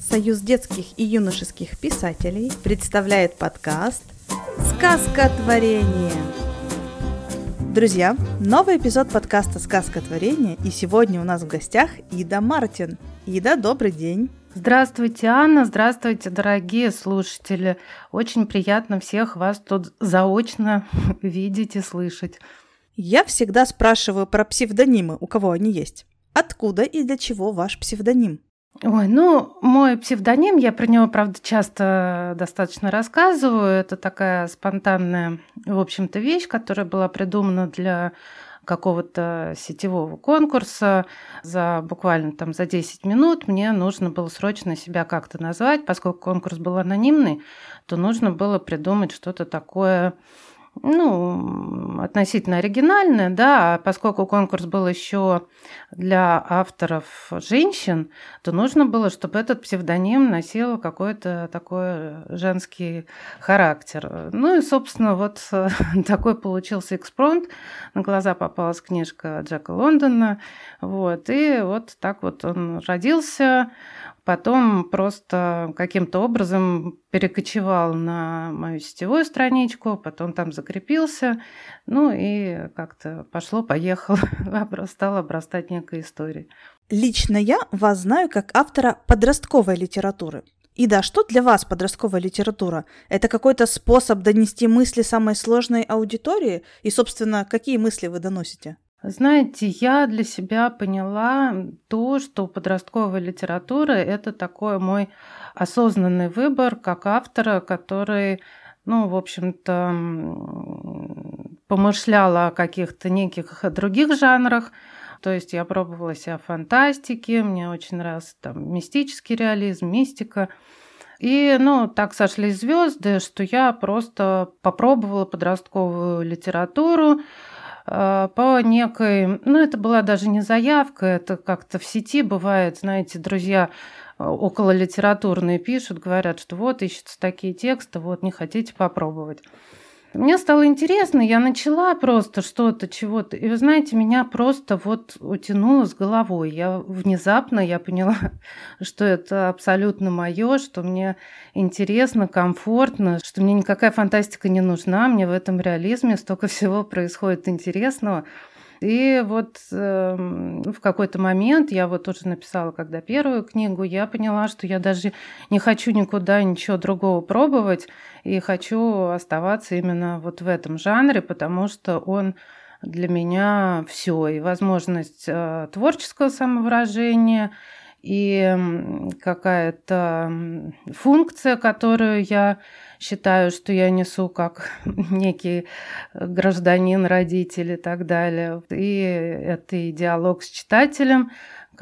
Союз детских и юношеских писателей представляет подкаст «Сказкотворение». Друзья, новый эпизод подкаста «Сказкотворение», и сегодня у нас в гостях Ида Мартин. Ида, добрый день. Здравствуйте, Анна, здравствуйте, дорогие слушатели. Очень приятно всех вас тут заочно видеть и слышать. Я всегда спрашиваю про псевдонимы, у кого они есть. Откуда и для чего ваш псевдоним? Мой псевдоним, я про него, правда, часто достаточно рассказываю. Это такая спонтанная, в общем-то, вещь, которая была придумана для какого-то сетевого конкурса. Буквально за 10 минут мне нужно было срочно себя как-то назвать. Поскольку конкурс был анонимный, то нужно было придумать что-то такое, относительно оригинальное, да, а поскольку конкурс был еще для авторов женщин, то нужно было, чтобы этот псевдоним носил какой-то такой женский характер. Собственно, такой получился экспромт. На глаза попалась книжка Джека Лондона, и так он родился. Потом просто каким-то образом перекочевал на мою сетевую страничку, потом там закрепился, и как-то пошло-поехало, стал обрастать некой историей. Лично я вас знаю как автора подростковой литературы. Ида, что для вас подростковая литература? Это какой-то способ донести мысли самой сложной аудитории? И, собственно, какие мысли вы доносите? Знаете, я для себя поняла то, что подростковая литература – это такой мой осознанный выбор как автора, который, в общем-то, помышляла о каких-то неких других жанрах. То есть я пробовала себя в фантастике, мне очень нравился мистический реализм, мистика. И, так сошлись звезды, что я просто попробовала подростковую литературу, по некой, это была даже не заявка, это как-то в сети бывает, знаете, друзья около литературные пишут, говорят, что ищутся такие тексты, не хотите попробовать. Мне стало интересно, я начала просто что-то, чего-то, и вы знаете, меня просто утянуло с головой. Внезапно я поняла, что это абсолютно мое, что мне интересно, комфортно, что мне никакая фантастика не нужна, мне в этом реализме столько всего происходит интересного. И в какой-то момент, я уже написала, когда первую книгу, я поняла, что я даже не хочу никуда ничего другого пробовать, и хочу оставаться именно в этом жанре, потому что он для меня все, и возможность творческого самовыражения, и какая-то функция, которую я считаю, что я несу как некий гражданин, родитель и так далее. И это и диалог с читателем,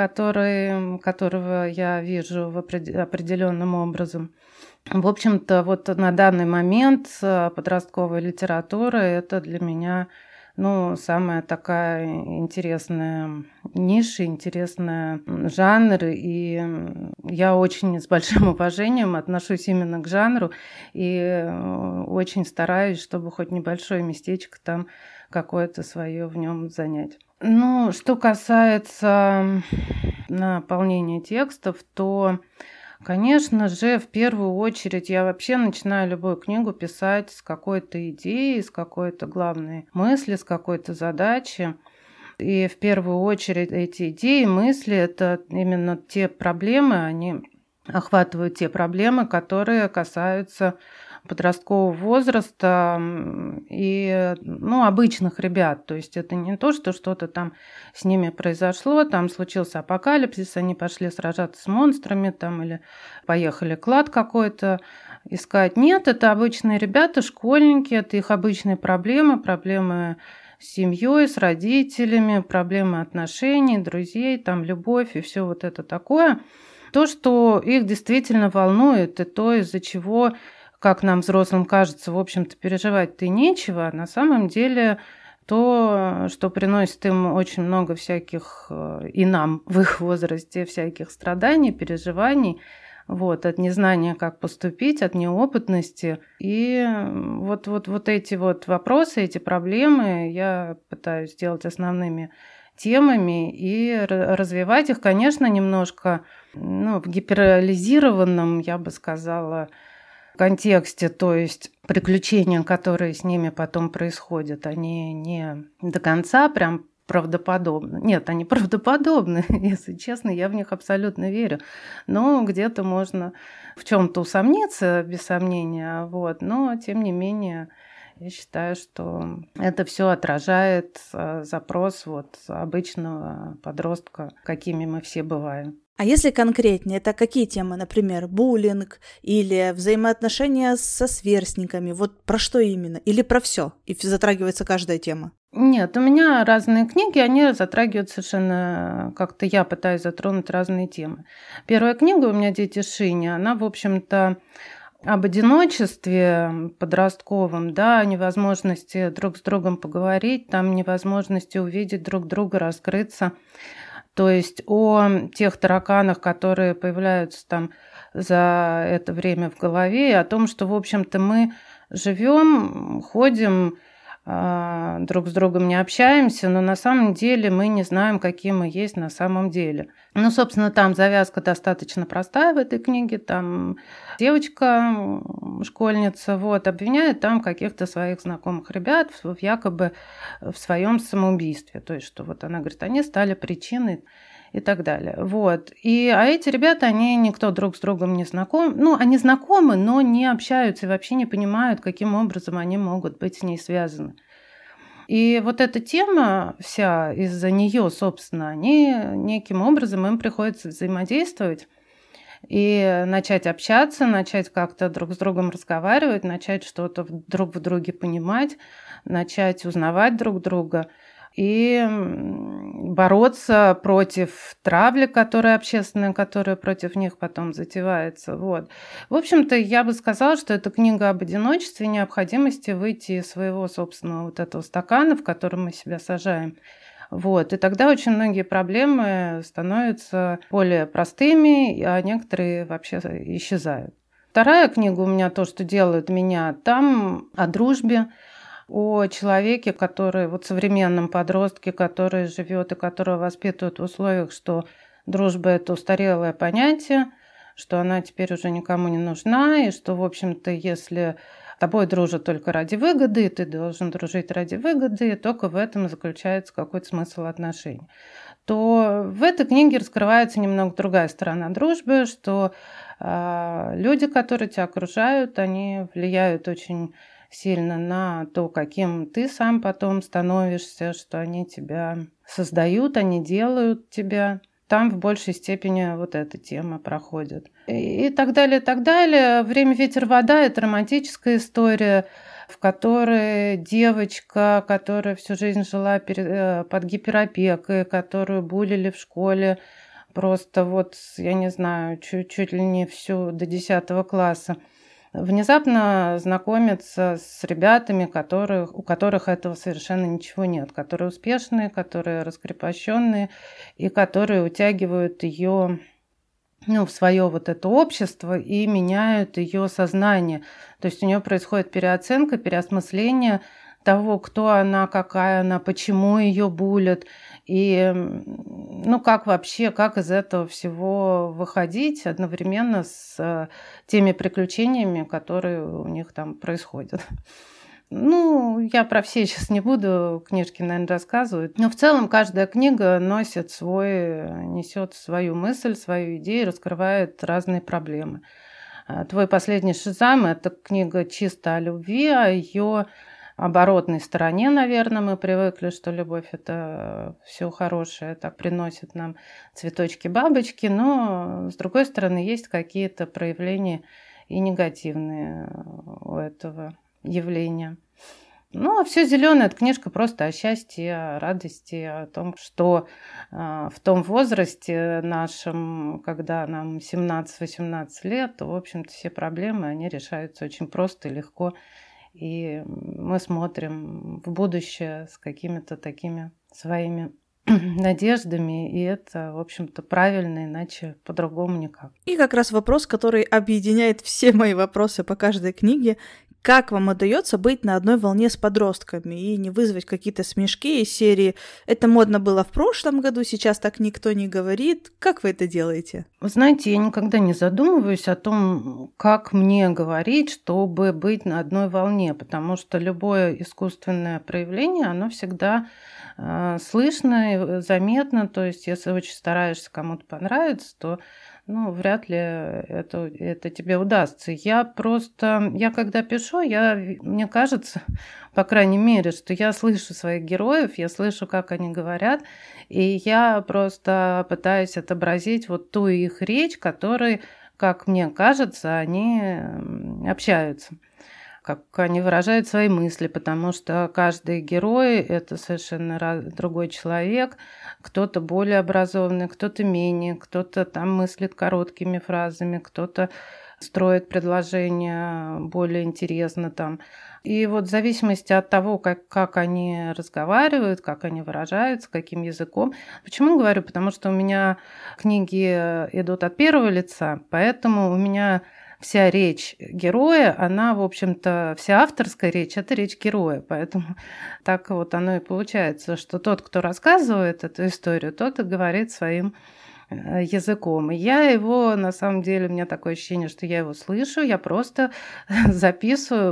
которого я вижу определенным образом. В общем-то, на данный момент подростковая литература – это для меня самая такая интересная ниша, интересный жанр, и я очень с большим уважением отношусь именно к жанру, и очень стараюсь, чтобы хоть небольшое местечко там какое-то свое в нем занять. Что касается наполнения текстов, то, конечно же, в первую очередь я вообще начинаю любую книгу писать с какой-то идеей, с какой-то главной мысли, с какой-то задачи. И в первую очередь эти идеи, мысли – это именно те проблемы, они охватывают те проблемы, которые касаются подросткового возраста и обычных ребят. То есть это не то, что что-то там с ними произошло, там случился апокалипсис, они пошли сражаться с монстрами или поехали клад какой-то искать. Нет, это обычные ребята, школьники, это их обычные проблемы с семьей, с родителями, проблемы отношений, друзей, любовь и все это такое. То, что их действительно волнует, и то, из-за чего, как нам, взрослым, кажется, в общем-то, переживать-то и нечего, на самом деле то, что приносит им очень много всяких, и нам в их возрасте, всяких страданий, переживаний, от незнания, как поступить, от неопытности. И эти вопросы, эти проблемы я пытаюсь сделать основными темами и развивать их, конечно, немножко в гиперболизированном, я бы сказала, контексте, то есть приключения, которые с ними потом происходят, они не до конца прям правдоподобны. Нет, они правдоподобны, если честно, я в них абсолютно верю. Но где-то можно в чем-то усомниться, без сомнения, но тем не менее я считаю, что это все отражает запрос обычного подростка, какими мы все бываем. А если конкретнее, это какие темы? Например, буллинг или взаимоотношения со сверстниками? Вот про что именно? Или про все? И затрагивается каждая тема? Нет, у меня разные книги, они затрагивают совершенно... Как-то я пытаюсь затронуть разные темы. Первая книга у меня «Дети Шини», она, в общем-то, об одиночестве подростковом, о невозможности друг с другом поговорить, там невозможности увидеть друг друга, раскрыться. То есть о тех тараканах, которые появляются там за это время в голове, и о том, что, в общем-то, мы живем, ходим, друг с другом не общаемся, но на самом деле мы не знаем, какие мы есть на самом деле. Собственно, там завязка достаточно простая в этой книге. Там девочка, школьница, обвиняет там каких-то своих знакомых ребят якобы в своем самоубийстве. То есть, что она говорит, они стали причиной и так далее. А эти ребята, они никто друг с другом не знакомы. Они знакомы, но не общаются и вообще не понимают, каким образом они могут быть с ней связаны. И эта тема вся, из-за нее, собственно, они неким образом, им приходится взаимодействовать и начать общаться, начать как-то друг с другом разговаривать, начать что-то друг в друге понимать, начать узнавать друг друга и бороться против травли, которая общественная, которая против них потом затевается. В общем-то, я бы сказала, что это книга об одиночестве, необходимости выйти из своего собственного этого стакана, в котором мы себя сажаем. И тогда очень многие проблемы становятся более простыми, а некоторые вообще исчезают. Вторая книга у меня «То, что делает меня», там о дружбе, о человеке, который, современном подростке, который живет и которого воспитывают в условиях, что дружба – это устарелое понятие, что она теперь уже никому не нужна, и что, в общем-то, если с тобой дружат только ради выгоды, и ты должен дружить ради выгоды, и только в этом заключается какой-то смысл отношений, то в этой книге раскрывается немного другая сторона дружбы, что люди, которые тебя окружают, они влияют очень сильно на то, каким ты сам потом становишься, что они тебя создают, они делают тебя. Там в большей степени эта тема проходит. И так далее, и так далее. «Время, ветер, вода» — это романтическая история, в которой девочка, которая всю жизнь жила под гиперопекой, которую буллили в школе, просто я не знаю, чуть ли не всю до 10 класса, внезапно знакомиться с ребятами, у которых этого совершенно ничего нет, которые успешные, которые раскрепощенные и которые утягивают ее в свое это общество и меняют ее сознание. То есть у нее происходит переоценка, переосмысление того, кто она, какая она, почему ее булят, и как вообще, как из этого всего выходить одновременно с теми приключениями, которые у них там происходят. Я про все сейчас не буду, книжки, наверное, рассказывать. Но в целом каждая книга несет свою мысль, свою идею, раскрывает разные проблемы. «Твой последний Шазам» — это книга чисто о любви, о ее оборотной стороне, наверное, мы привыкли, что любовь – это все хорошее, так приносит нам цветочки-бабочки, но, с другой стороны, есть какие-то проявления и негативные у этого явления. А «Все зеленое» – это книжка просто о счастье, о радости, о том, что в том возрасте нашем, когда нам 17-18 лет, то, в общем-то, все проблемы, они решаются очень просто и легко. И мы смотрим в будущее с какими-то такими своими надеждами, и это, в общем-то, правильно, иначе по-другому никак. И как раз вопрос, который объединяет все мои вопросы по каждой книге. как вам удается быть на одной волне с подростками и не вызвать какие-то смешки из серии «это модно было в прошлом году, сейчас так никто не говорит». Как вы это делаете? Вы знаете, я никогда не задумываюсь о том, как мне говорить, чтобы быть на одной волне, потому что любое искусственное проявление, оно всегда слышно, заметно. То есть, если очень стараешься кому-то понравиться, то вряд ли это тебе удастся. Я когда пишу, мне кажется, по крайней мере, что я слышу своих героев, я слышу, как они говорят, и я просто пытаюсь отобразить вот ту их речь, которой, как мне кажется, они общаются, как они выражают свои мысли, потому что каждый герой – это совершенно другой человек, кто-то более образованный, кто-то менее, кто-то там мыслит короткими фразами, кто-то строит предложения более интересно там. И вот в зависимости от того, как они разговаривают, как они выражаются, каким языком. Почему говорю? Потому что у меня книги идут от первого лица, поэтому у меня вся речь героя, она, в общем-то, вся авторская речь – это речь героя. Поэтому так вот оно и получается, что тот, кто рассказывает эту историю, тот и говорит своим языком. И я его, на самом деле, у меня такое ощущение, что я его слышу, я просто записываю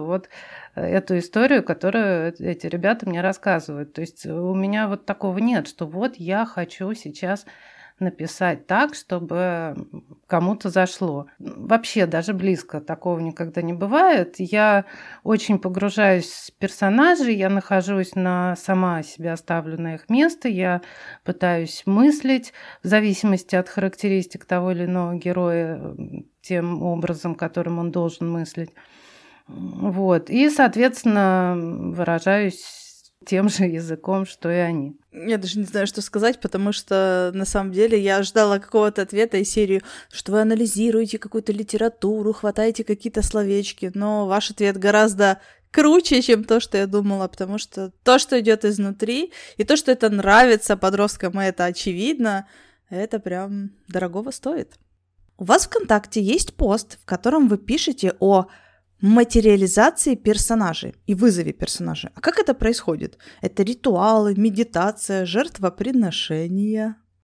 эту историю, которую эти ребята мне рассказывают. То есть у меня вот такого нет, что вот я хочу сейчас написать так, чтобы кому-то зашло. Вообще даже близко такого никогда не бывает. Я очень погружаюсь в персонажей, я нахожусь сама себя ставлю на их место, я пытаюсь мыслить в зависимости от характеристик того или иного героя тем образом, которым он должен мыслить. Вот. И, соответственно, выражаюсь тем же языком, что и они. Я даже не знаю, что сказать, потому что, на самом деле, я ждала какого-то ответа из серии, что вы анализируете какую-то литературу, хватаете какие-то словечки, но ваш ответ гораздо круче, чем то, что я думала, потому что то, что идет изнутри, и то, что это нравится подросткам, и это очевидно, это прям дорогого стоит. У вас в ВКонтакте есть пост, в котором вы пишете о материализации персонажей и вызове персонажей. А как это происходит? Это ритуалы, медитация, жертвоприношения?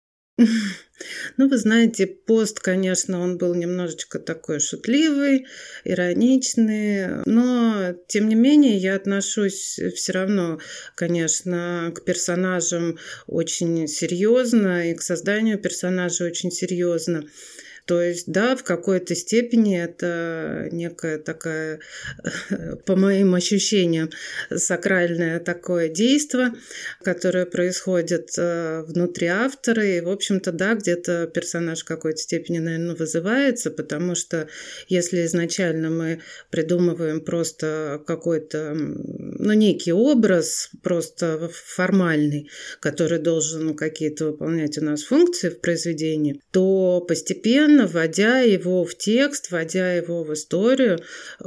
Вы знаете, пост, конечно, он был немножечко такой шутливый, ироничный, но, тем не менее, я отношусь все равно, конечно, к персонажам очень серьезно и к созданию персонажа очень серьезно. То есть, да, в какой-то степени это некая такая, по моим ощущениям, сакральное такое действие, которое происходит внутри автора. И, в общем-то, да, где-то персонаж в какой-то степени, наверное, вызывается, потому что если изначально мы придумываем просто какой-то, некий образ, просто формальный, который должен какие-то выполнять у нас функции в произведении, то постепенно, вводя его в текст, вводя его в историю,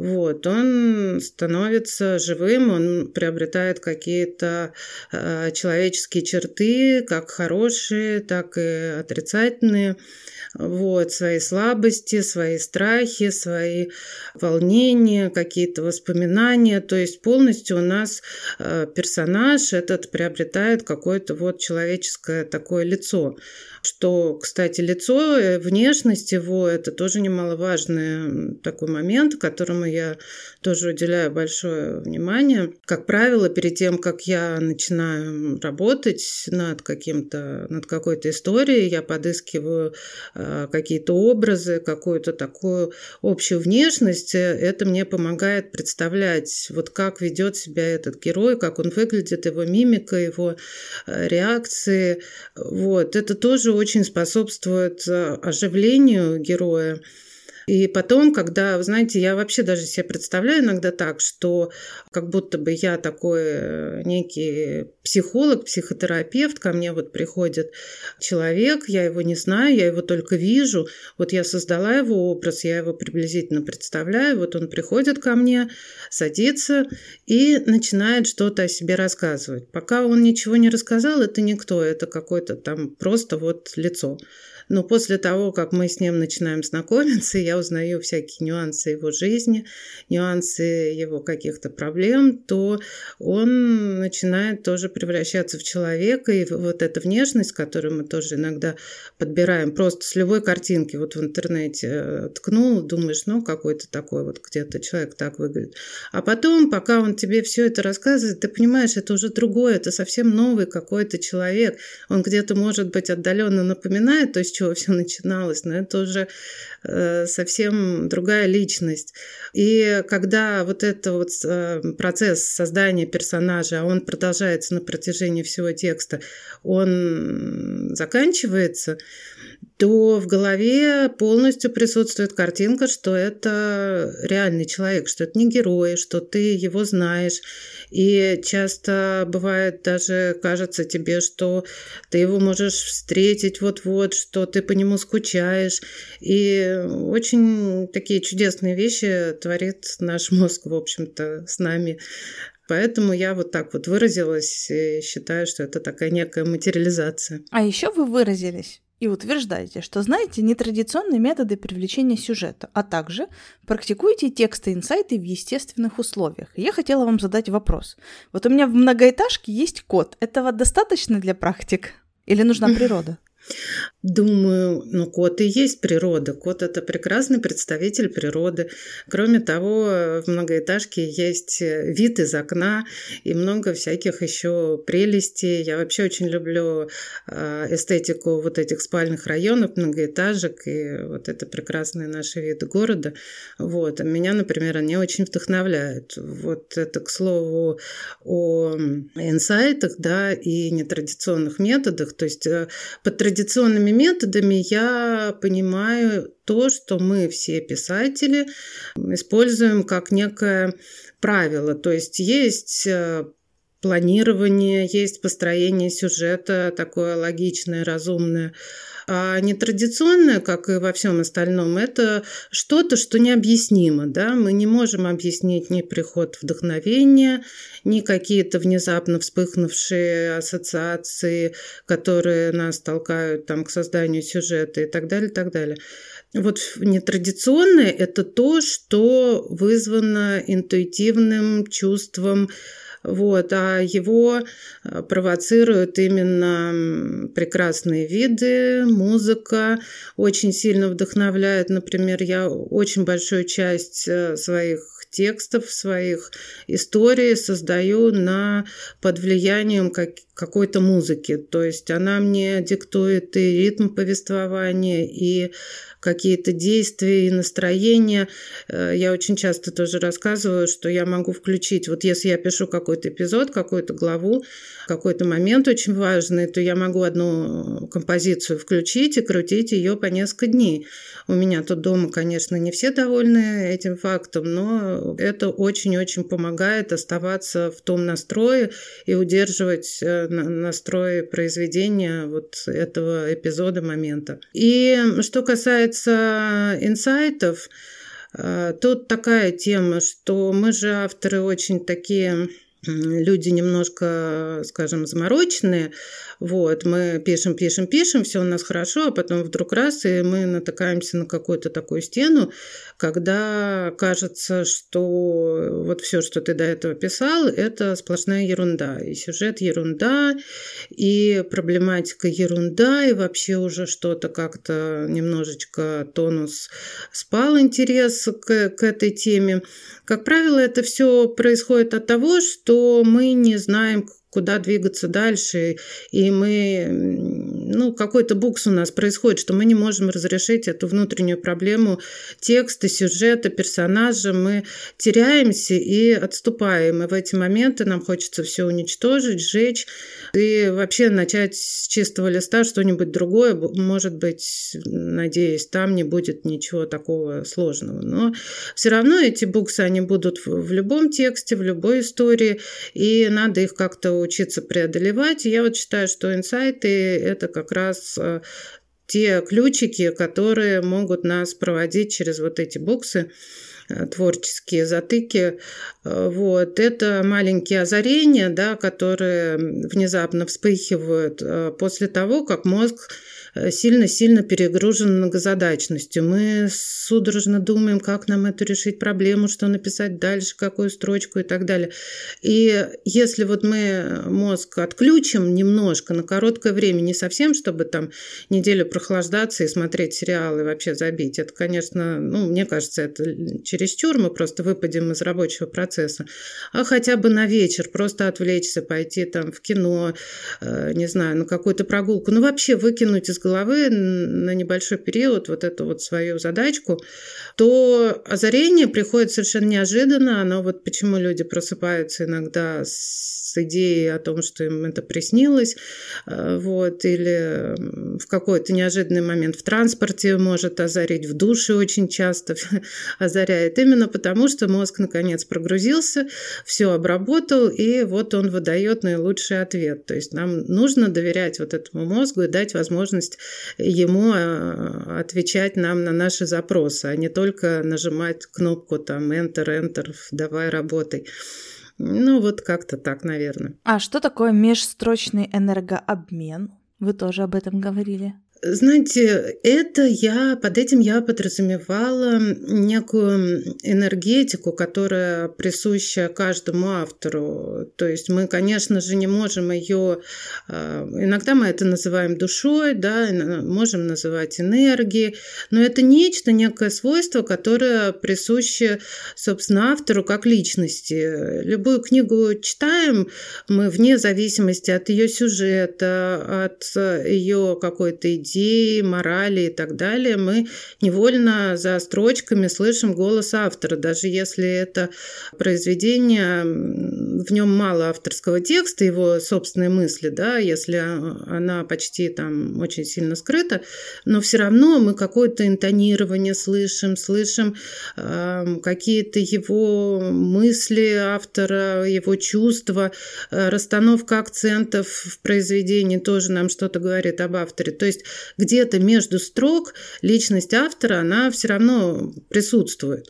он становится живым, он приобретает какие-то человеческие черты, как хорошие, так и отрицательные. Свои слабости, свои страхи, свои волнения, какие-то воспоминания. То есть полностью у нас персонаж этот приобретает какое-то человеческое такое лицо. Что, кстати, лицо, внешность его – это тоже немаловажный такой момент, которому я тоже уделяю большое внимание. Как правило, перед тем, как я начинаю работать над какой-то историей, я подыскиваю какие-то образы, какую-то такую общую внешность. Это мне помогает представлять, как ведет себя этот герой, как он выглядит, его мимика, его реакции. Это тоже очень способствует оживлению героя. И потом, когда, вы знаете, я вообще даже себе представляю иногда так, что как будто бы я такой некий психолог, психотерапевт, ко мне приходит человек, я его не знаю, я его только вижу, я создала его образ, я его приблизительно представляю, он приходит ко мне, садится и начинает что-то о себе рассказывать. Пока он ничего не рассказал, это никто, это какое-то там просто лицо. но после того, как мы с ним начинаем знакомиться, я узнаю всякие нюансы его жизни, нюансы его каких-то проблем, то он начинает тоже превращаться в человека, и вот эта внешность, которую мы тоже иногда подбираем, просто с любой картинки, вот в интернете ткнул, думаешь, ну, какой-то такой вот где-то человек так выглядит. А потом, пока он тебе все это рассказывает, ты понимаешь, это уже другое, это совсем новый какой-то человек. Он где-то, может быть, отдаленно напоминает то, с чего все начиналось, но это уже совсем другая личность. И когда вот этот вот процесс создания персонажа, он продолжается на протяжении всего текста, он заканчивается, то в голове полностью присутствует картинка, что это реальный человек, что это не герой, что ты его знаешь. И часто бывает даже кажется тебе, что ты его можешь встретить вот-вот, что ты по нему скучаешь. И очень такие чудесные вещи творит наш мозг, в общем-то, с нами. Поэтому я вот так вот выразилась и считаю, что это такая некая материализация. А еще вы выразились и утверждаете, что знаете нетрадиционные методы привлечения сюжета, а также практикуете тексты инсайты в естественных условиях. И я хотела вам задать вопрос. Вот у меня в многоэтажке есть кот. Этого достаточно для практик? Или нужна природа? Думаю, кот и есть природа. Кот – это прекрасный представитель природы. Кроме того, в многоэтажке есть вид из окна и много всяких еще прелестей. Я вообще очень люблю эстетику вот этих спальных районов, многоэтажек, и вот это прекрасные наши виды города. Вот. Меня, например, они очень вдохновляют. Вот это, к слову, о инсайтах, да, и нетрадиционных методах. То есть под традиционными методами я понимаю то, что мы все писатели используем как некое правило. То есть есть планирование, есть построение сюжета такое логичное, разумное. А нетрадиционное, как и во всем остальном, это что-то, что необъяснимо. Да? Мы не можем объяснить ни приход вдохновения, ни какие-то внезапно вспыхнувшие ассоциации, которые нас толкают там, к созданию сюжета и так далее, и так далее. Вот нетрадиционное – это то, что вызвано интуитивным чувством, вот, а его провоцируют именно прекрасные виды, музыка очень сильно вдохновляет. Например, я очень большую часть своих текстов, своих историй создаю под влиянием какой-то музыки. То есть она мне диктует и ритм повествования, и какие-то действия и настроения. Я очень часто тоже рассказываю, что я могу включить, вот если я пишу какой-то эпизод, какую-то главу, какой-то момент очень важный, то я могу одну композицию включить и крутить ее по несколько дней. У меня тут дома, конечно, не все довольны этим фактом, но это очень-очень помогает оставаться в том настрое и удерживать настрой произведения вот этого эпизода, момента. И что касается инсайтов, тут такая тема, что мы же авторы очень такие люди немножко, скажем, замороченные. Вот, мы пишем, все у нас хорошо, а потом вдруг раз, и мы натыкаемся на какую-то такую стену, когда кажется, что вот все, что ты до этого писал, это сплошная ерунда. И сюжет ерунда, и проблематика ерунда, и вообще уже что-то как-то немножечко тонус спал, интерес к этой теме. Как правило, это все происходит от того, что мы не знаем, куда двигаться дальше, и мы, какой-то букс у нас происходит, что мы не можем разрешить эту внутреннюю проблему текста, сюжета, персонажа, мы теряемся и отступаем, и в эти моменты нам хочется все уничтожить, сжечь, и вообще начать с чистого листа что-нибудь другое, может быть, надеюсь, там не будет ничего такого сложного, но все равно эти буксы, они будут в любом тексте, в любой истории, и надо их как-то учиться преодолевать. И я вот считаю, что инсайты – это как раз те ключики, которые могут нас проводить через вот эти буксы, творческие затыки. Вот. Это маленькие озарения, да, которые внезапно вспыхивают после того, как мозг сильно-сильно перегружен многозадачностью. Мы судорожно думаем, как нам эту решить проблему, что написать дальше, какую строчку и так далее. И если вот мы мозг отключим немножко на короткое время, не совсем, чтобы там неделю прохлаждаться и смотреть сериалы и вообще забить, это, конечно, мне кажется, это чересчур, мы просто выпадем из рабочего процесса, а хотя бы на вечер просто отвлечься, пойти там в кино, не знаю, на какую-то прогулку, вообще выкинуть из головы на небольшой период вот эту вот свою задачку, то озарение приходит совершенно неожиданно. Оно вот почему люди просыпаются иногда с идеей о том, что им это приснилось, вот, или в какой-то неожиданный момент в транспорте может озарить, в душе очень часто озаряет, именно потому, что мозг наконец прогрузился, все обработал, и вот он выдает наилучший ответ. То есть нам нужно доверять вот этому мозгу и дать возможность ему отвечать нам на наши запросы, а не только нажимать кнопку там Enter, давай работай. Вот как-то так, наверное. А что такое межстрочный энергообмен? Вы тоже об этом говорили. Знаете, под этим я подразумевала некую энергетику, которая присуща каждому автору. То есть мы, конечно же, не можем ее... Иногда мы это называем душой, да, можем называть энергией, но это некое свойство, которое присуще, собственно, автору как личности. Любую книгу читаем мы вне зависимости от ее сюжета, от ее какой-то идеи, морали и так далее, мы невольно за строчками слышим голос автора, даже если это произведение, в нем мало авторского текста, его собственные мысли, да, если она почти там очень сильно скрыта, но все равно мы какое-то интонирование слышим какие-то его мысли автора, его чувства, расстановка акцентов в произведении тоже нам что-то говорит об авторе. То есть где-то между строк личность автора, она все равно присутствует.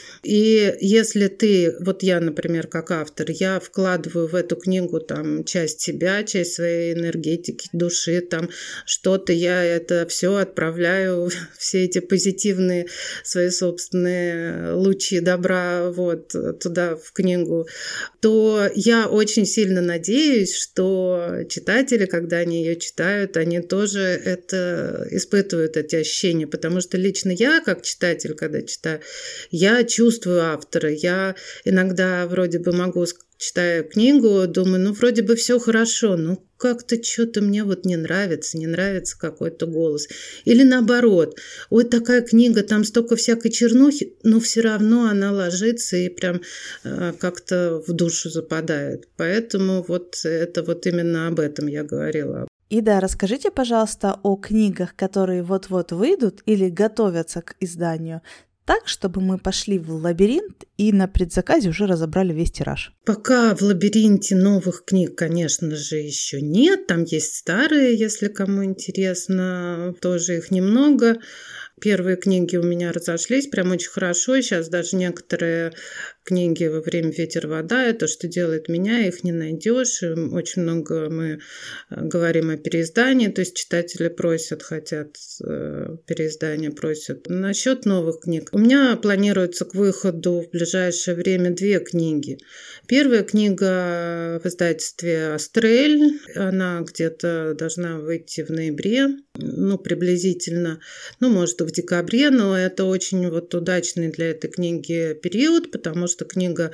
И если вот я, например, как автор, я вкладываю в эту книгу там часть себя, часть своей энергетики, души, там что-то, я это все отправляю, все эти позитивные свои собственные лучи добра вот туда, в книгу, то я очень сильно надеюсь, что читатели, когда они ее читают, они тоже это испытывают, эти ощущения, потому что лично я, как читатель, когда читаю, я чувствую автора. Я иногда вроде бы читаю книгу, думаю, вроде бы все хорошо, как-то что-то мне вот не нравится какой-то голос. Или наоборот, ой, такая книга, там столько всякой чернухи, но все равно она ложится и прям как-то в душу западает. Поэтому вот это вот именно об этом я говорила. Ида, расскажите, пожалуйста, о книгах, которые вот-вот выйдут или готовятся к изданию, так, чтобы мы пошли в лабиринт и на предзаказе уже разобрали весь тираж. Пока в лабиринте новых книг, конечно же, еще нет. Там есть старые, если кому интересно, тоже их немного. Первые книги у меня разошлись прям очень хорошо. Сейчас даже некоторые книги во время «Ветер, вода» — это что делает меня, их не найдешь. Очень много мы говорим о переиздании, то есть читатели хотят переиздания, просят. Насчет новых книг. У меня планируется к выходу в ближайшее время 2 книги. Первая книга в издательстве «Астрель». Она где-то должна выйти в ноябре, приблизительно, может, в декабре, но это очень вот удачный для этой книги период, потому что книга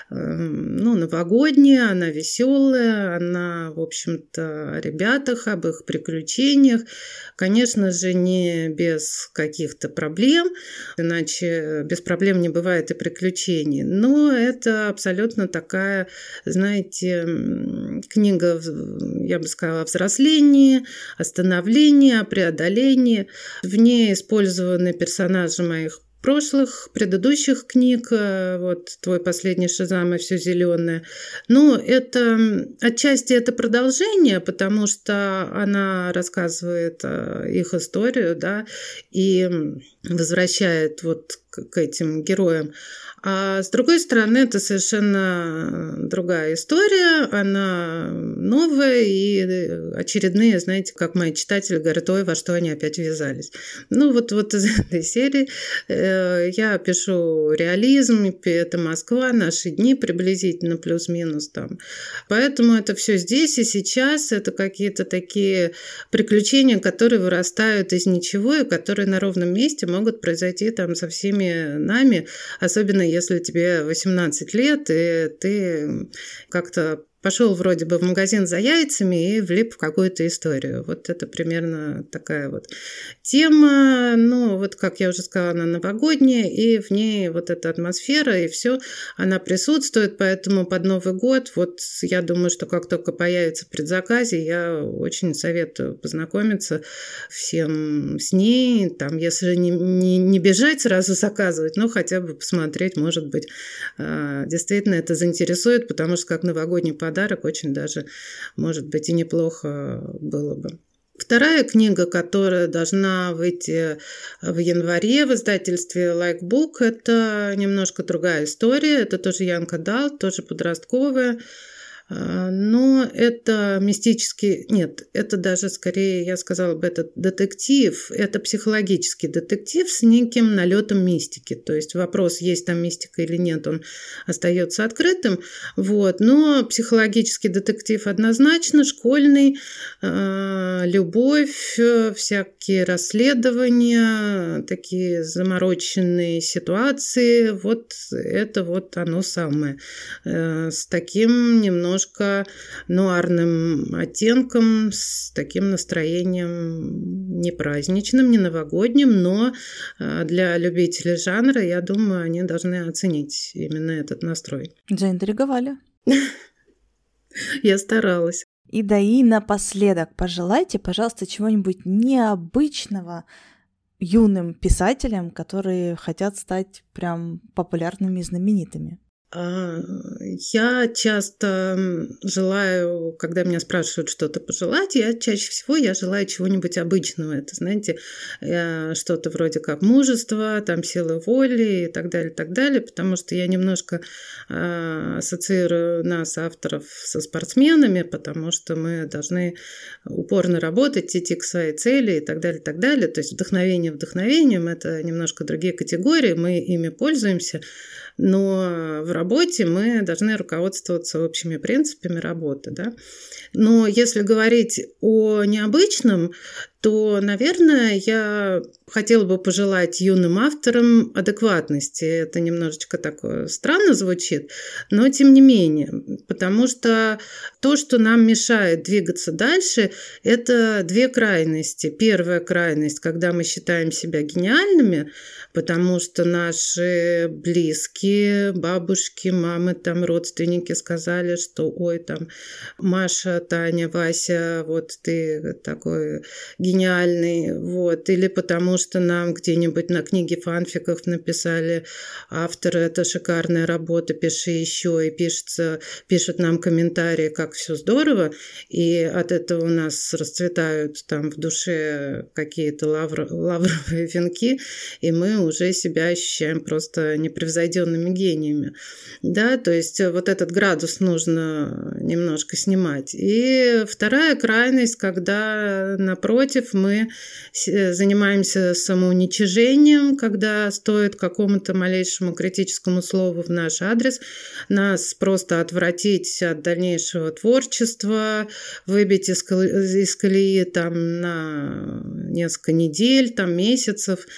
новогодняя, она веселая, она, в общем-то, о ребятах, об их приключениях. Конечно же, не без каких-то проблем, иначе без проблем не бывает и приключений. Но это абсолютно такая, знаете, книга, я бы сказала, о взрослении, о становлении, о преодолении. В ней использованы персонажи моих предыдущих книг, вот твой последний «Шазам» и «Все зеленое». Но это отчасти это продолжение, потому что она рассказывает их историю, да, и возвращает вот к этим героям. А с другой стороны, это совершенно другая история, она новая, и очередные, знаете, как мои читатели говорят, ой, во что они опять ввязались. Ну, вот из этой серии я пишу реализм, это Москва, наши дни приблизительно, плюс-минус там. Поэтому это все здесь и сейчас, это какие-то такие приключения, которые вырастают из ничего, и которые на ровном месте могут произойти там со всеми нами, особенно если тебе 18 лет, и ты как-то пошел вроде бы в магазин за яйцами и влип в какую-то историю. Вот это примерно такая вот тема. Ну, вот как я уже сказала, она новогодняя, и в ней вот эта атмосфера, и все, она присутствует, поэтому под Новый год, вот я думаю, что как только появится в предзаказе, я очень советую познакомиться всем с ней, там, если не бежать сразу заказывать, но хотя бы посмотреть, может быть, действительно это заинтересует, потому что как новогодний подарок очень даже, может быть, и неплохо было бы. Вторая книга, которая должна выйти в январе в издательстве Like Book, это немножко другая история, это тоже Young Adult, тоже подростковая, но это мистический, нет, это даже скорее, я сказала бы, это детектив, это психологический детектив с неким налетом мистики, то есть вопрос, есть там мистика или нет, он остается открытым, вот, но психологический детектив однозначно, школьный, любовь, всякие расследования, такие замороченные ситуации, вот это вот оно самое, с таким немножко нуарным оттенком, с таким настроением не праздничным, не новогодним, но для любителей жанра, я думаю, они должны оценить именно этот настрой. Заинтриговали. Я старалась. И напоследок пожелайте, пожалуйста, чего-нибудь необычного юным писателям, которые хотят стать прям популярными и знаменитыми. Я часто желаю, когда меня спрашивают что-то пожелать, чаще всего желаю чего-нибудь обычного. Это, знаете, что-то вроде как мужество, там, силы воли и так далее, потому что я немножко ассоциирую нас, авторов, со спортсменами, потому что мы должны упорно работать, идти к своей цели и так далее. То есть вдохновением – это немножко другие категории, мы ими пользуемся, но в работе мы должны руководствоваться общими принципами работы, да. Но если говорить о необычном, то, наверное, я хотела бы пожелать юным авторам адекватности. Это немножечко такое странно звучит, но тем не менее, потому что то, что нам мешает двигаться дальше, это две крайности. Первая крайность, когда мы считаем себя гениальными, потому что наши близкие, бабушки, мамы, там, родственники сказали, что ой, там, Маша, Таня, Вася, вот ты такой гениальный, вот, или потому что нам где-нибудь на книге фанфиков написали авторы, это шикарная работа, пиши еще, и пишут нам комментарии, как все здорово, и от этого у нас расцветают там в душе какие-то лавровые венки, и мы уже себя ощущаем просто непревзойденными гениями, да, то есть вот этот градус нужно немножко снимать. И вторая крайность, когда, напротив, мы занимаемся самоуничижением, когда стоит какому-то малейшему критическому слову в наш адрес нас просто отвратить от дальнейшего творчества, выбить из колеи там на несколько недель, там месяцев,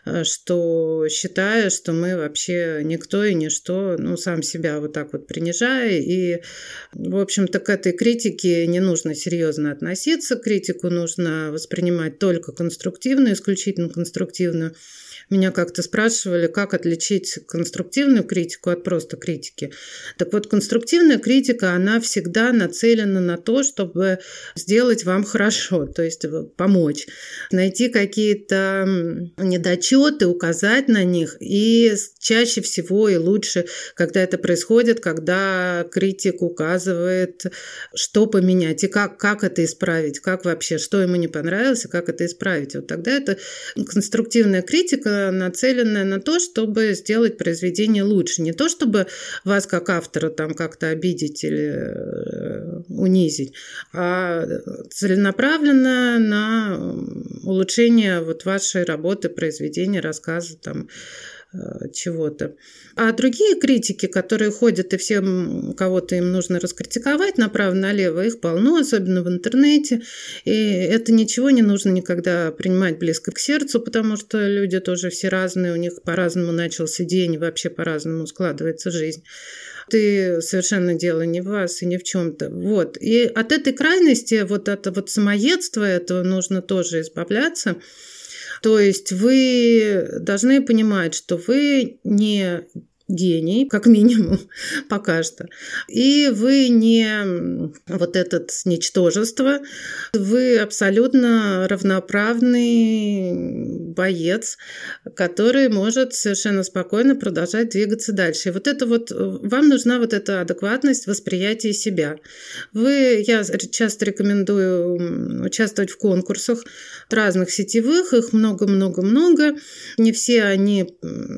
что считая, что мы вообще никто и ничто, ну, сам себя вот так вот принижая. И, в общем-то, к этой критике не нужно серьезно относиться. Критику нужно воспринимать только конструктивную, исключительно конструктивную. Меня как-то спрашивали, как отличить конструктивную критику от просто критики. Так вот, конструктивная критика, она всегда нацелена на то, чтобы сделать вам хорошо, то есть помочь, найти какие-то недочеты, указать на них. И чаще всего и лучше, когда это происходит, когда критик указывает, что поменять и как это исправить, как вообще, что ему не понравилось и как это исправить. Вот тогда это конструктивная критика, нацеленная на то, чтобы сделать произведение лучше. Не то, чтобы вас как автора там как-то обидеть или унизить, а целенаправленно на улучшение вот вашей работы, произведения, рассказа, там, чего-то. А другие критики, которые ходят, и всем кого-то им нужно раскритиковать направо-налево, их полно, особенно в интернете. И это ничего не нужно никогда принимать близко к сердцу, потому что люди тоже все разные, у них по-разному начался день, и вообще по-разному складывается жизнь. Ты совершенно дело не в вас и не в чем-то. Вот. И от этой крайности, вот от вот самоедства этого нужно тоже избавляться. То есть вы должны понимать, что вы не гений, как минимум, пока что. И вы не вот это ничтожество, вы абсолютно равноправный боец, который может совершенно спокойно продолжать двигаться дальше. И вот это вот, вам нужна вот эта адекватность восприятия себя. Я часто рекомендую участвовать в конкурсах разных сетевых, их много-много-много. Не все они,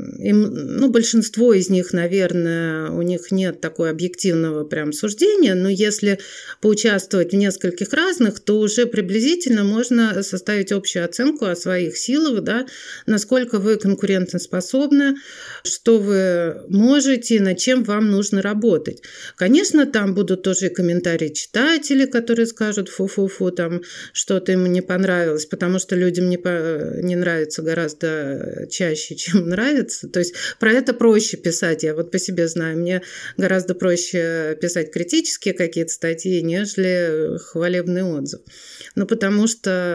большинство из них, наверное, у них нет такого объективного прям суждения, но если поучаствовать в нескольких разных, то уже приблизительно можно составить общую оценку о своих силах, да, насколько вы конкурентоспособны, что вы можете, над чем вам нужно работать. Конечно, там будут тоже и комментарии читателей, которые скажут фу-фу-фу, там что-то им не понравилось, потому что людям не нравится гораздо чаще, чем нравится. То есть про это проще писать. Я вот по себе знаю, мне гораздо проще писать критические какие-то статьи, нежели хвалебный отзыв. Потому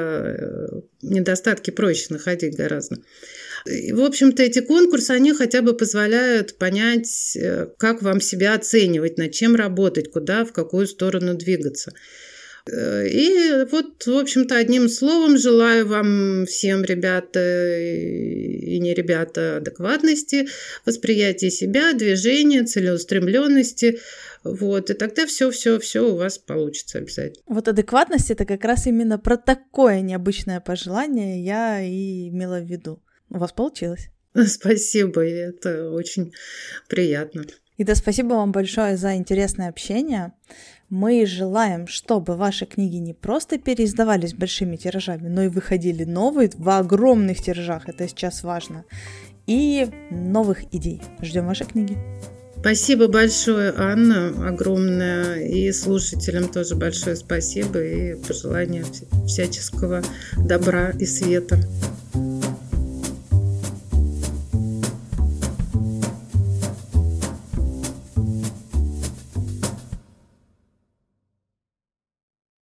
что недостатки проще находить гораздо. И, в общем-то, эти конкурсы, они хотя бы позволяют понять, как вам себя оценивать, над чем работать, куда, в какую сторону двигаться. И вот, в общем-то, одним словом, желаю вам всем, ребята и не ребята, адекватности, восприятия себя, движения, целеустремленности. Вот, и тогда все у вас получится обязательно. Вот адекватность — это как раз именно про такое необычное пожелание я и имела в виду. У вас получилось. Спасибо, и это очень приятно. Ида, спасибо вам большое за интересное общение. Мы желаем, чтобы ваши книги не просто переиздавались большими тиражами, но и выходили новые в огромных тиражах, это сейчас важно, и новых идей. Ждем ваши книги. Спасибо большое, Анна, огромное, и слушателям тоже большое спасибо, и пожелания всяческого добра и света.